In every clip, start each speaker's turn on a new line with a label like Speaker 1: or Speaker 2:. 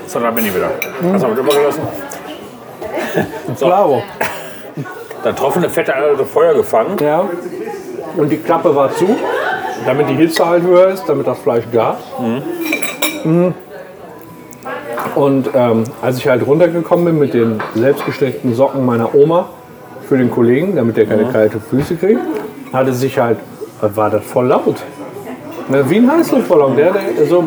Speaker 1: So, da bin ich wieder. Hast du mal drüber gelassen? So.
Speaker 2: Bravo.
Speaker 1: Da troffene Fette also Feuer gefangen.
Speaker 2: Ja. Und die Klappe war zu, damit die Hitze halt höher ist, damit das Fleisch gart. Und als ich halt runtergekommen bin mit den selbstgestrickten Socken meiner Oma für den Kollegen, damit der keine kalte Füße kriegt, hatte sich halt, war das voll laut. Wie ein Heißluftballon, der so.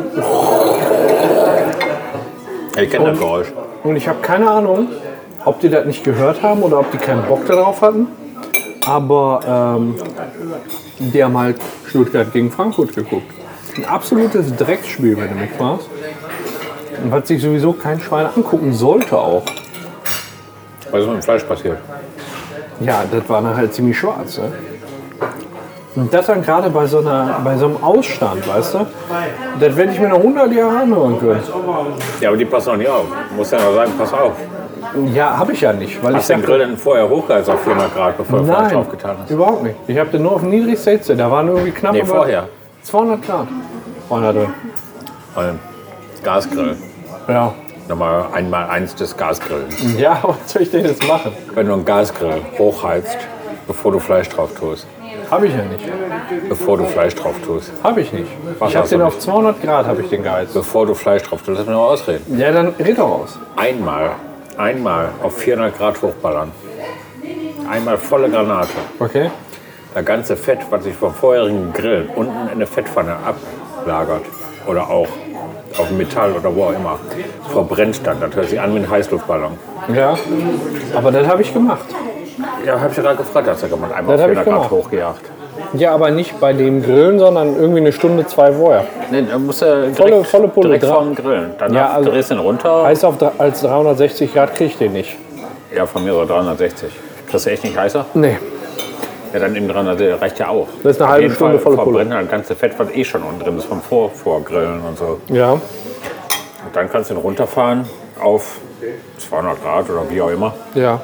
Speaker 1: Ich kenne das Geräusch.
Speaker 2: Und ich habe keine Ahnung, ob die das nicht gehört haben oder ob die keinen Bock darauf hatten. Aber die haben halt Stuttgart gegen Frankfurt geguckt. Ein absolutes Drecksspiel, wenn du mich fragst. Und was sich sowieso kein Schwein angucken sollte auch.
Speaker 1: Was ist mit dem Fleisch passiert?
Speaker 2: Ja, das war dann halt ziemlich schwarz. Ne? Und das dann gerade bei so einem Ausstand, weißt du? Das werde ich mir noch 100 Jahre anhören können.
Speaker 1: Ja, aber die passen auch nicht auf. Du musst ja noch sagen, pass auf.
Speaker 2: Ja, habe ich ja nicht. Weil
Speaker 1: Hast du den Grill denn vorher hochgeheizt auf 400 Grad, bevor du Fleisch draufgetan hast?
Speaker 2: Überhaupt nicht. Ich habe den nur auf niedrigste Hitze. Da waren irgendwie knapp über
Speaker 1: vorher.
Speaker 2: 200 Grad. War da drin.
Speaker 1: Gasgrill.
Speaker 2: Ja.
Speaker 1: Nochmal 1x1 des Gasgrills.
Speaker 2: Ja, was soll ich denn jetzt machen?
Speaker 1: Wenn du einen Gasgrill hochheizt, bevor du Fleisch drauf tust.
Speaker 2: Habe ich ja nicht.
Speaker 1: Bevor du Fleisch drauf tust.
Speaker 2: Habe ich nicht.
Speaker 1: Was
Speaker 2: Ich habe
Speaker 1: hast du
Speaker 2: den auf
Speaker 1: nicht?
Speaker 2: 200 Grad habe ich den geheizt.
Speaker 1: Bevor du Fleisch drauf tust, lass mich noch ausreden.
Speaker 2: Ja, dann red doch aus.
Speaker 1: Einmal auf 400 Grad hochballern. Einmal volle Granate.
Speaker 2: Okay.
Speaker 1: Das ganze Fett, was sich vom vorherigen Grill unten in eine Fettpfanne ablagert oder auch auf dem Metall oder wo auch immer, verbrennt dann. Das hört sich an wie ein Heißluftballon.
Speaker 2: Ja. Aber das habe ich gemacht.
Speaker 1: Ja, habe ich ja gerade gefragt, hast du gemacht. Einmal
Speaker 2: Das
Speaker 1: auf
Speaker 2: hab ich
Speaker 1: 400 Grad
Speaker 2: gemacht.
Speaker 1: hochgejagt.
Speaker 2: Ja, aber nicht bei dem Grillen, sondern irgendwie eine Stunde, 2 vorher.
Speaker 1: Nee, da musst du
Speaker 2: Volle Pulle
Speaker 1: direkt
Speaker 2: dran.
Speaker 1: vorm Grillen. Dann
Speaker 2: Ja, also-
Speaker 1: drehst du ihn runter.
Speaker 2: Heiß als 360 Grad krieg ich den nicht.
Speaker 1: Ja, von mir so 360. Kriegst du echt nicht heißer?
Speaker 2: Nee.
Speaker 1: Ja, dann eben 300, reicht ja auch.
Speaker 2: Das ist eine
Speaker 1: Auf
Speaker 2: halbe
Speaker 1: jeden
Speaker 2: Stunde
Speaker 1: Fall
Speaker 2: volle Pulle.
Speaker 1: verbrennt das ganze Fett, was eh schon unten drin ist, vom Vorgrillen und so.
Speaker 2: Ja.
Speaker 1: Und dann kannst du ihn runterfahren auf 200 Grad oder wie auch immer.
Speaker 2: Ja.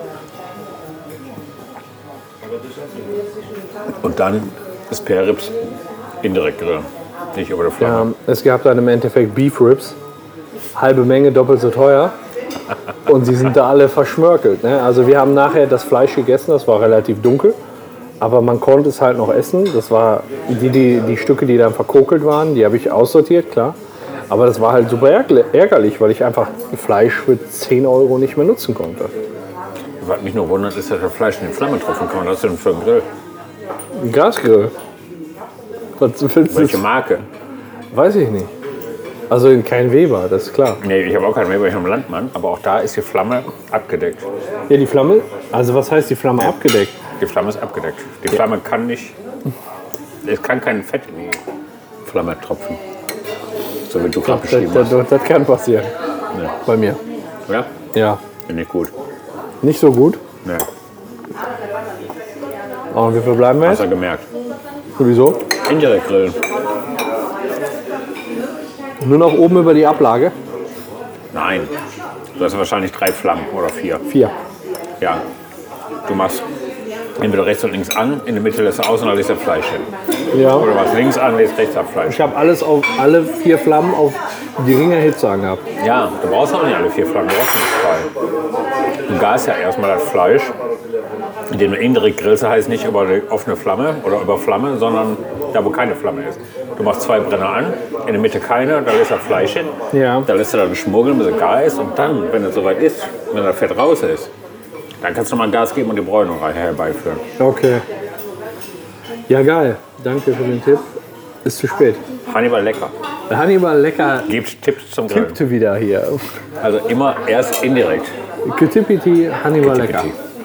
Speaker 1: Und dann ist Spare Ribs indirekt grillen, nicht über der Flamme.
Speaker 2: Es gab dann im Endeffekt Beef Ribs. Halbe Menge, doppelt so teuer. Und sie sind da alle verschmörkelt. Ne? Also wir haben nachher das Fleisch gegessen, das war relativ dunkel. Aber man konnte es halt noch essen. Das war die Stücke, die dann verkokelt waren, die habe ich aussortiert, klar. Aber das war halt super ärgerlich, weil ich einfach Fleisch für 10 € nicht mehr nutzen konnte.
Speaker 1: Was mich nur wundert, ist, dass das Fleisch in die Flamme tropfen kann. Was ist denn für ein Grill?
Speaker 2: Ein Gasgrill. Was willst
Speaker 1: Welche
Speaker 2: du?
Speaker 1: Marke?
Speaker 2: Weiß ich nicht. Also kein Weber, das ist klar.
Speaker 1: Nee, ich habe auch keinen mehr, ich habe einen Landmann. Aber auch da ist die Flamme abgedeckt.
Speaker 2: Ja, die Flamme, also was heißt die Flamme abgedeckt?
Speaker 1: Die Flamme ist abgedeckt. Die Flamme kann nicht. Es kann kein Fett in die Flamme tropfen. So wie du gerade beschrieben hast.
Speaker 2: Das kann passieren.
Speaker 1: Nee.
Speaker 2: Bei mir.
Speaker 1: Ja?
Speaker 2: Ja.
Speaker 1: Finde ich gut.
Speaker 2: Nicht so gut.
Speaker 1: Nee.
Speaker 2: Und wie viel bleiben wir
Speaker 1: Hast
Speaker 2: jetzt?
Speaker 1: du gemerkt.
Speaker 2: Sowieso.
Speaker 1: Indirekt grillen.
Speaker 2: Nur noch oben über die Ablage.
Speaker 1: Nein. Du hast wahrscheinlich 3 Flammen oder 4.
Speaker 2: 4.
Speaker 1: Ja. Du machst entweder rechts und links an, in der Mitte lässt du aus und dann lässt du Fleisch hin.
Speaker 2: Ja.
Speaker 1: Oder machst links an, lässt rechts ab Fleisch.
Speaker 2: Ich habe alles auf alle 4 Flammen auf geringer Hitze angehabt.
Speaker 1: Ja, du brauchst auch nicht alle 4 Flammen, du brauchst nicht 2. Du garst ja erstmal das Fleisch, indem du indirekt grillst, heißt nicht über die offene Flamme oder über Flamme, sondern da, wo keine Flamme ist. Du machst 2 Brenner an, in der Mitte keine, da lässt du das Fleisch hin,
Speaker 2: Ja.
Speaker 1: da lässt du dann schmuggeln, bis es gar ist und dann, wenn es soweit ist, wenn das Fett raus ist, dann kannst du mal Gas geben und die Bräunung herbeiführen.
Speaker 2: Okay. Ja, geil. Danke für den Tipp. Ist zu spät.
Speaker 1: Hannibal lecker.
Speaker 2: Der Hannibal lecker
Speaker 1: Gibt Tipps zum Grillen.
Speaker 2: tippte wieder hier.
Speaker 1: Also immer erst indirekt.
Speaker 2: Getippiti, Hannibal lecker.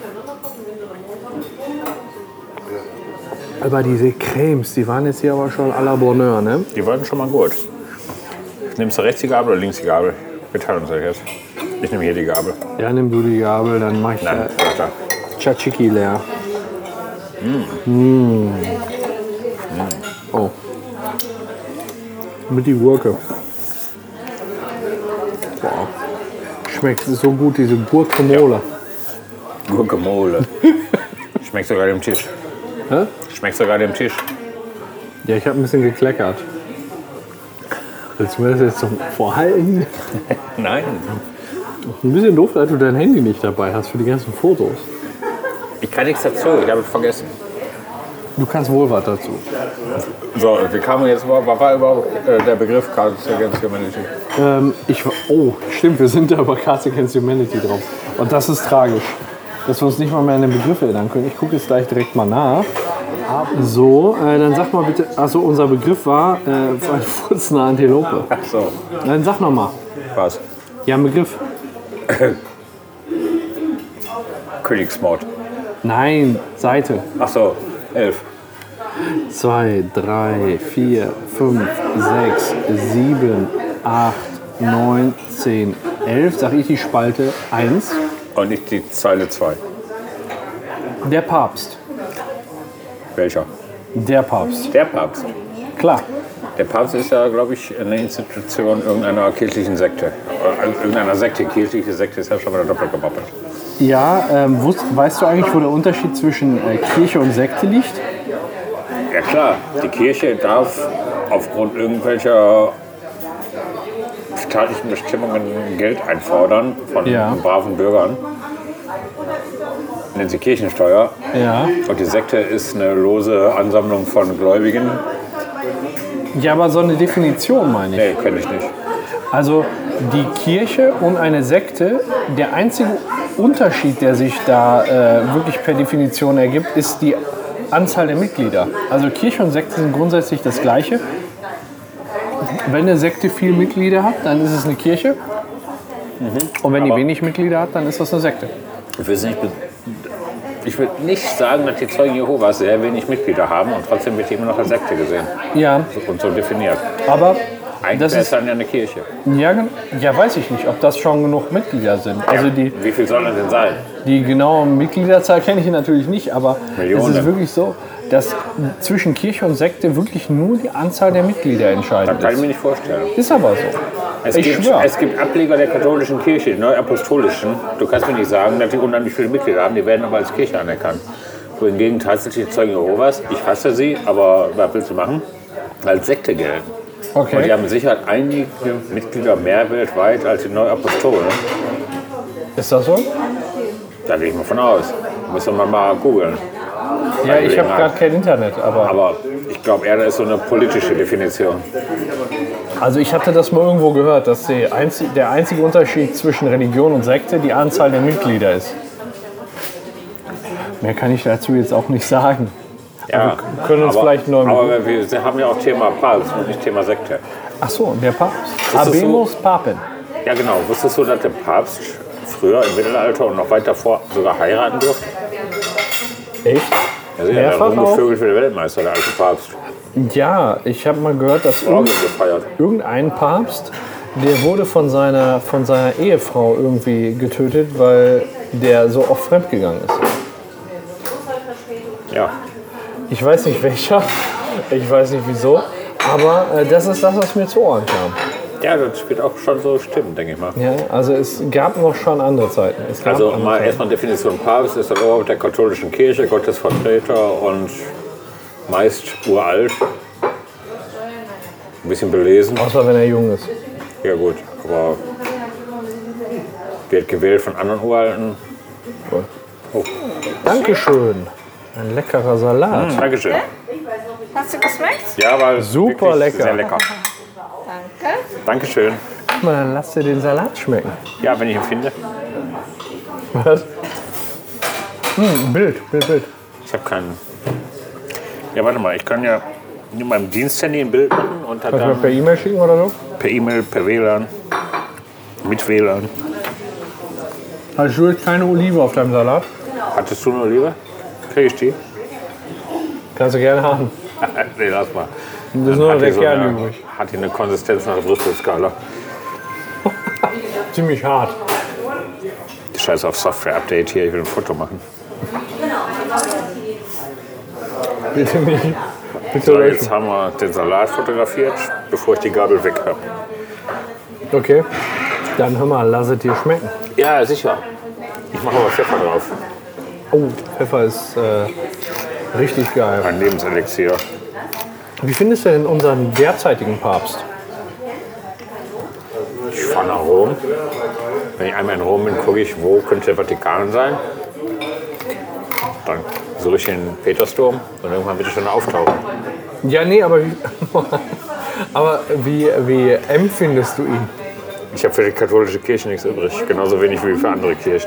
Speaker 2: Aber diese Cremes, die waren jetzt hier aber schon à la Bonheur, ne?
Speaker 1: Die waren schon mal gut. Nimmst du rechts die Gabel oder links die Gabel? Wir teilen uns das jetzt. Ich nehme hier die Gabel.
Speaker 2: Ja, nimm du die Gabel, dann mach ich
Speaker 1: Nein, weiter.
Speaker 2: Tzatziki leer. Oh. Mit die Gurke. Boah. Schmeckt so gut, diese Gurkenmole.
Speaker 1: Gurkemole. Schmeckt sogar dem Tisch.
Speaker 2: Hä?
Speaker 1: Schmeckt sogar dem Tisch.
Speaker 2: Ja, ich habe ein bisschen gekleckert. Willst du mir das jetzt zum Vorhalten?
Speaker 1: Nein.
Speaker 2: Ein bisschen doof, dass du dein Handy nicht dabei hast für die ganzen Fotos.
Speaker 1: Ich kann nichts dazu, ich habe es vergessen.
Speaker 2: Du kannst wohl was dazu.
Speaker 1: So, wie kam jetzt was war überhaupt der Begriff Cards Against Humanity?
Speaker 2: Oh, stimmt, wir sind da bei Cards Against Humanity drauf. Und das ist tragisch, dass wir uns nicht mal mehr an den Begriff erinnern können. Ich gucke jetzt gleich direkt mal nach. So, dann sag mal bitte, also unser Begriff war eine furzende Antilope.
Speaker 1: Ach so.
Speaker 2: Dann sag noch mal.
Speaker 1: Was?
Speaker 2: Ja, ein Begriff.
Speaker 1: Königsmord.
Speaker 2: Nein, Seite.
Speaker 1: Ach so, 11.
Speaker 2: 2, 3, 4, 5, 6, 7, 8, 9, 10, 11. Sag ich die Spalte 1.
Speaker 1: Und nicht die Zeile 2.
Speaker 2: Der Papst.
Speaker 1: Welcher?
Speaker 2: Der Papst.
Speaker 1: Der Papst.
Speaker 2: Klar.
Speaker 1: Der Papst ist ja, glaube ich, eine Institution irgendeiner kirchlichen Sekte. Irgendeiner Sekte. Kirchliche Sekte ist ja schon wieder doppelt gemoppelt.
Speaker 2: Ja, weißt du eigentlich, wo der Unterschied zwischen Kirche und Sekte liegt?
Speaker 1: Ja klar, die Kirche darf aufgrund irgendwelcher staatlichen Bestimmungen Geld einfordern von braven Bürgern. Nennt sie Kirchensteuer.
Speaker 2: Ja.
Speaker 1: Und die Sekte ist eine lose Ansammlung von Gläubigen.
Speaker 2: Ja, aber so eine Definition meine ich.
Speaker 1: Nee, kenne ich nicht.
Speaker 2: Also die Kirche und eine Sekte, der einzige Unterschied, der sich da wirklich per Definition ergibt, ist die Anzahl der Mitglieder. Also Kirche und Sekte sind grundsätzlich das Gleiche. Wenn eine Sekte viele Mitglieder hat, dann ist es eine Kirche. Und wenn die wenig Mitglieder hat, dann ist das eine Sekte.
Speaker 1: Ich würde nicht sagen, dass die Zeugen Jehovas sehr wenig Mitglieder haben und trotzdem wird die immer noch als Sekte gesehen
Speaker 2: Ja,
Speaker 1: und so definiert.
Speaker 2: aber
Speaker 1: Eigentlich
Speaker 2: das
Speaker 1: ist
Speaker 2: ist,
Speaker 1: dann ja eine Kirche.
Speaker 2: ja, weiß ich nicht, ob das schon genug Mitglieder sind. Also
Speaker 1: Wie viel sollen das denn sein?
Speaker 2: die genaue Mitgliederzahl kenne ich natürlich nicht, aber
Speaker 1: Millionen.
Speaker 2: es ist wirklich so, dass zwischen Kirche und Sekte wirklich nur die Anzahl der Mitglieder entscheidend
Speaker 1: Das kann ich
Speaker 2: ist.
Speaker 1: mir nicht vorstellen.
Speaker 2: Ist aber so.
Speaker 1: Es gibt Ableger der katholischen Kirche, die neuapostolischen. Du kannst mir nicht sagen, dass die unheimlich viele Mitglieder haben, die werden aber als Kirche anerkannt. Wohingegen tatsächlich die Zeugen Jehovas, ich hasse sie, aber was willst du machen, als Sekte gelten.
Speaker 2: Okay.
Speaker 1: Und die haben mit Sicherheit einige Mitglieder mehr weltweit als die Neuapostolen.
Speaker 2: Ist das so?
Speaker 1: Da gehe ich mal von aus. Müssen wir mal googeln.
Speaker 2: Ja, ich habe gerade kein Internet,
Speaker 1: Aber ich glaube eher, das ist so eine politische Definition.
Speaker 2: also ich hatte das mal irgendwo gehört, dass der einzige Unterschied zwischen Religion und Sekte die Anzahl der Mitglieder ist. Mehr kann ich dazu jetzt auch nicht sagen.
Speaker 1: Ja,
Speaker 2: wir können uns vielleicht neu
Speaker 1: aber wir haben ja auch Thema Papst und nicht Thema Sekte.
Speaker 2: Ach so, der Papst.
Speaker 1: das
Speaker 2: Habemus Papin.
Speaker 1: Ja genau, wusstest du, dass der Papst früher im Mittelalter und noch weit davor sogar heiraten durfte?
Speaker 2: Echt?
Speaker 1: Ja, der
Speaker 2: Mehrfach auch?
Speaker 1: rumgevögelt für den Weltmeister, der alte Papst.
Speaker 2: Ja, ich habe mal gehört, dass
Speaker 1: Orgel gefeiert.
Speaker 2: irgendein Papst, der wurde von seiner Ehefrau irgendwie getötet, weil der so oft fremdgegangen ist.
Speaker 1: Ja.
Speaker 2: Ich weiß nicht welcher, ich weiß nicht wieso, aber das ist das, was mir zu Ohren kam.
Speaker 1: Ja, das wird auch schon so stimmen, denke ich mal.
Speaker 2: Ja, also es gab noch schon andere Zeiten.
Speaker 1: Also mal erstmal Definition Papst ist der Oberhaupt der katholischen Kirche, Gottesvertreter und meist uralt. Ein bisschen belesen.
Speaker 2: Außer wenn er jung ist.
Speaker 1: Ja gut, aber wird gewählt von anderen Uralten. Oh,
Speaker 2: Dankeschön. Ein leckerer Salat.
Speaker 1: Dankeschön.
Speaker 3: Hast du geschmeckt?
Speaker 1: Ja, war
Speaker 2: Super
Speaker 1: wirklich
Speaker 2: lecker.
Speaker 1: sehr lecker.
Speaker 3: Danke.
Speaker 1: Dankeschön.
Speaker 2: Guck mal, dann lass dir den Salat schmecken.
Speaker 1: Ja, wenn ich ihn finde.
Speaker 2: Was? Bild.
Speaker 1: Ich habe keinen. Ja, warte mal, ich kann ja in meinem Diensthandy ein Bild machen und dann
Speaker 2: Kannst du mir per E-Mail schicken oder so?
Speaker 1: per E-Mail, per WLAN, mit WLAN.
Speaker 2: Hast du jetzt keine Olive auf deinem Salat?
Speaker 1: Hattest du eine Olive? Krieg ich die?
Speaker 2: Kannst du gerne haben.
Speaker 1: Nee, lass mal.
Speaker 2: Das ist nur noch
Speaker 1: Hat
Speaker 2: der
Speaker 1: die so
Speaker 2: Kern
Speaker 1: eine,
Speaker 2: übrig.
Speaker 1: hat die eine Konsistenz nach der Brüsselskala.
Speaker 2: Ziemlich hart.
Speaker 1: Die Scheiße auf Software-Update hier, ich will ein Foto machen.
Speaker 2: Bitte nicht. Bitte
Speaker 1: So,
Speaker 2: löschen.
Speaker 1: jetzt haben wir den Salat fotografiert, bevor ich die Gabel weg habe.
Speaker 2: Okay. Dann hör mal, lass es dir schmecken.
Speaker 1: Ja, sicher. Ich mache aber Pfeffer drauf.
Speaker 2: Oh, Pfeffer ist richtig geil.
Speaker 1: Ein Lebenselixier.
Speaker 2: Wie findest du denn unseren derzeitigen Papst?
Speaker 1: fahre nach Rom. Wenn ich einmal in Rom bin, gucke ich, wo könnte der Vatikan sein. Dann suche ich den Petersdom und irgendwann wird er schon auftauchen.
Speaker 2: Ja, nee, aber wie empfindest du ihn?
Speaker 1: Ich habe für die katholische Kirche nichts übrig, genauso wenig wie für andere Kirchen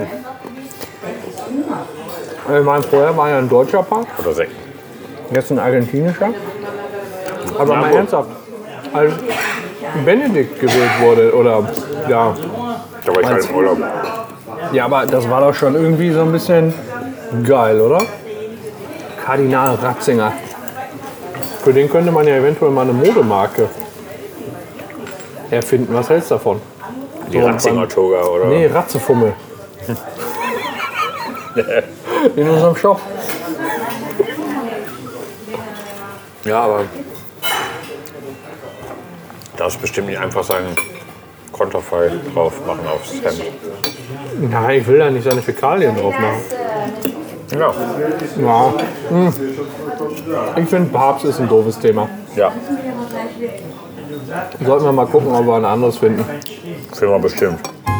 Speaker 2: Ich meine, vorher war ja ein deutscher Papst,
Speaker 1: oder Sekten.
Speaker 2: jetzt ein argentinischer. Aber
Speaker 1: Na
Speaker 2: mal
Speaker 1: gut.
Speaker 2: ernsthaft, als Benedikt gewählt wurde, oder ja,
Speaker 1: Da war ich halt im Urlaub.
Speaker 2: ja, aber das war doch schon irgendwie so ein bisschen geil, oder? Kardinal Ratzinger. Für den könnte man ja eventuell mal eine Modemarke erfinden. Was hältst du davon?
Speaker 1: Die Ratzinger-Toga oder?
Speaker 2: Nee, Ratzefummel. In unserem Shop.
Speaker 1: Ja, aber da ist bestimmt nicht einfach seinen Konterfei drauf machen aufs Hemd.
Speaker 2: Nein, ich will da nicht seine Fäkalien drauf machen.
Speaker 1: Ja.
Speaker 2: Ja. Ich finde, Papst ist ein doofes Thema.
Speaker 1: Ja,
Speaker 2: Sollten wir mal gucken, ob wir ein anderes finden.
Speaker 1: finden wir bestimmt.